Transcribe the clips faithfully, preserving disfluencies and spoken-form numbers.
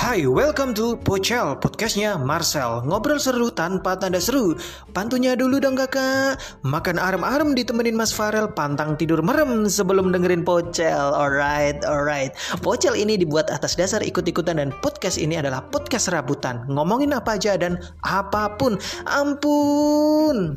Hai, welcome to Pocel, podcastnya Marcel. Ngobrol seru tanpa tanda seru. Pantunya dulu dong kakak. Makan arem-arem ditemenin Mas Farel, pantang tidur merem sebelum dengerin Pocel. Alright, alright. Pocel ini dibuat atas dasar ikut-ikutan dan podcast ini adalah podcast serabutan. Ngomongin apa aja dan apapun. Ampun.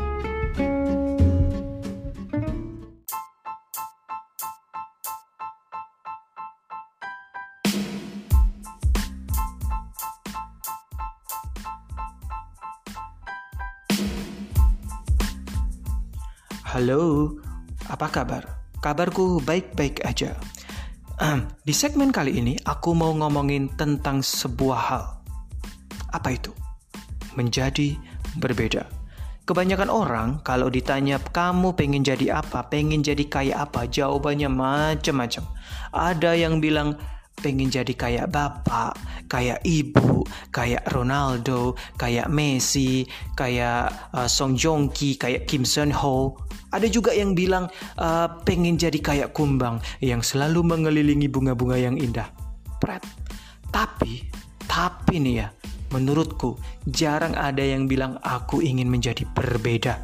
Halo, apa kabar? Kabarku baik-baik aja. Di segmen kali ini aku mau ngomongin tentang sebuah hal. Apa itu? Menjadi berbeda. Kebanyakan orang kalau ditanya kamu pengen jadi apa, pengen jadi kayak apa, jawabannya macam-macam. Ada yang bilang pengen jadi kayak bapak, kayak ibu, kayak Ronaldo, kayak Messi, kayak uh, Song Joong Ki, kayak Kim Sun Ho. Ada juga yang bilang uh, pengen jadi kayak kumbang yang selalu mengelilingi bunga-bunga yang indah. Pret. Tapi, tapi nih ya, menurutku jarang ada yang bilang aku ingin menjadi berbeda.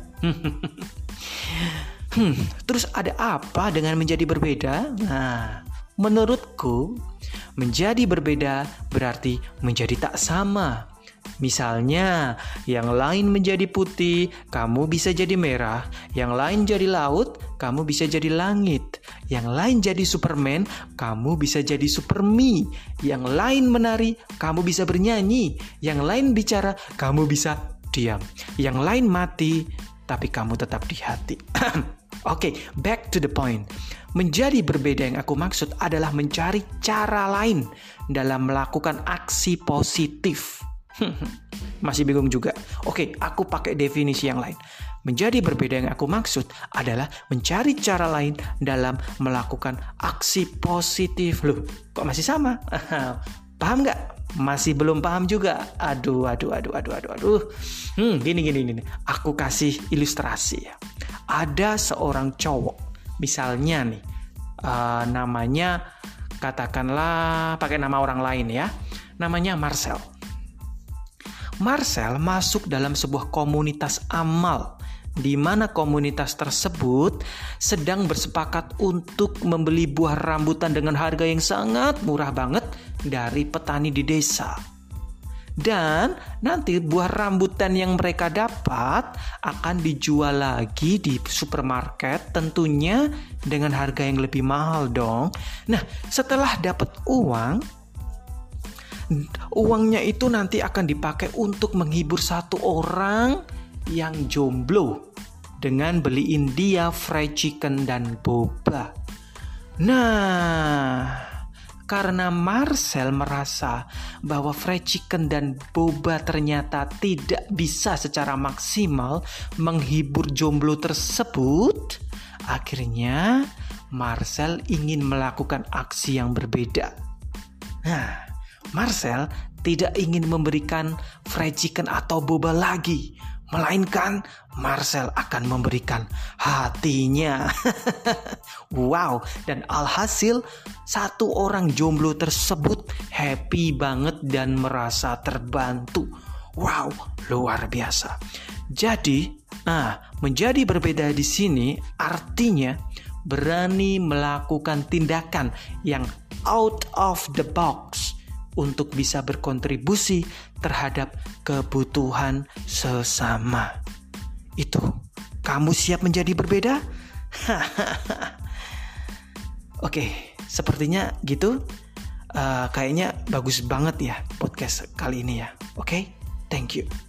hmm, terus ada apa dengan menjadi berbeda? Nah, menurutku menjadi berbeda berarti menjadi tak sama. Misalnya, yang lain menjadi putih, kamu bisa jadi merah. Yang lain jadi laut, kamu bisa jadi langit. Yang lain jadi Superman, kamu bisa jadi Superme. Yang lain menari, kamu bisa bernyanyi. Yang lain bicara, kamu bisa diam. Yang lain mati, tapi kamu tetap di hati. Oke, okay, back to the point. Menjadi berbeda yang aku maksud adalah mencari cara lain dalam melakukan aksi positif. Masih bingung juga? Oke, aku pakai definisi yang lain. Menjadi berbeda yang aku maksud adalah mencari cara lain dalam melakukan aksi positif. Loh, kok masih sama? Paham nggak? Masih belum paham juga? Aduh, aduh, aduh, aduh, aduh, aduh. Hmm, gini, gini, gini. Aku kasih ilustrasi ya. Ada seorang cowok, misalnya nih, uh, namanya katakanlah pakai nama orang lain ya. Namanya Marcel. Marcel masuk dalam sebuah komunitas amal, di mana komunitas tersebut sedang bersepakat untuk membeli buah rambutan dengan harga yang sangat murah banget dari petani di desa. Dan nanti buah rambutan yang mereka dapat akan dijual lagi di supermarket, tentunya dengan harga yang lebih mahal dong. Nah, setelah dapat uang, uangnya itu nanti akan dipakai untuk menghibur satu orang yang jomblo dengan beliin dia fried chicken dan boba. Nah, karena Marcel merasa bahwa fried chicken dan boba ternyata tidak bisa secara maksimal menghibur jomblo tersebut, akhirnya Marcel ingin melakukan aksi yang berbeda. Nah, Marcel tidak ingin memberikan fried chicken atau boba lagi, melainkan Marcel akan memberikan hatinya. Wow, dan alhasil satu orang jomblo tersebut happy banget dan merasa terbantu. Wow, luar biasa. Jadi, nah, menjadi berbeda di sini artinya berani melakukan tindakan yang out of the box untuk bisa berkontribusi terhadap kebutuhan sesama. Itu, kamu siap menjadi berbeda? Oke, sepertinya gitu. Uh, kayaknya bagus banget ya podcast kali ini ya. Oke, thank you.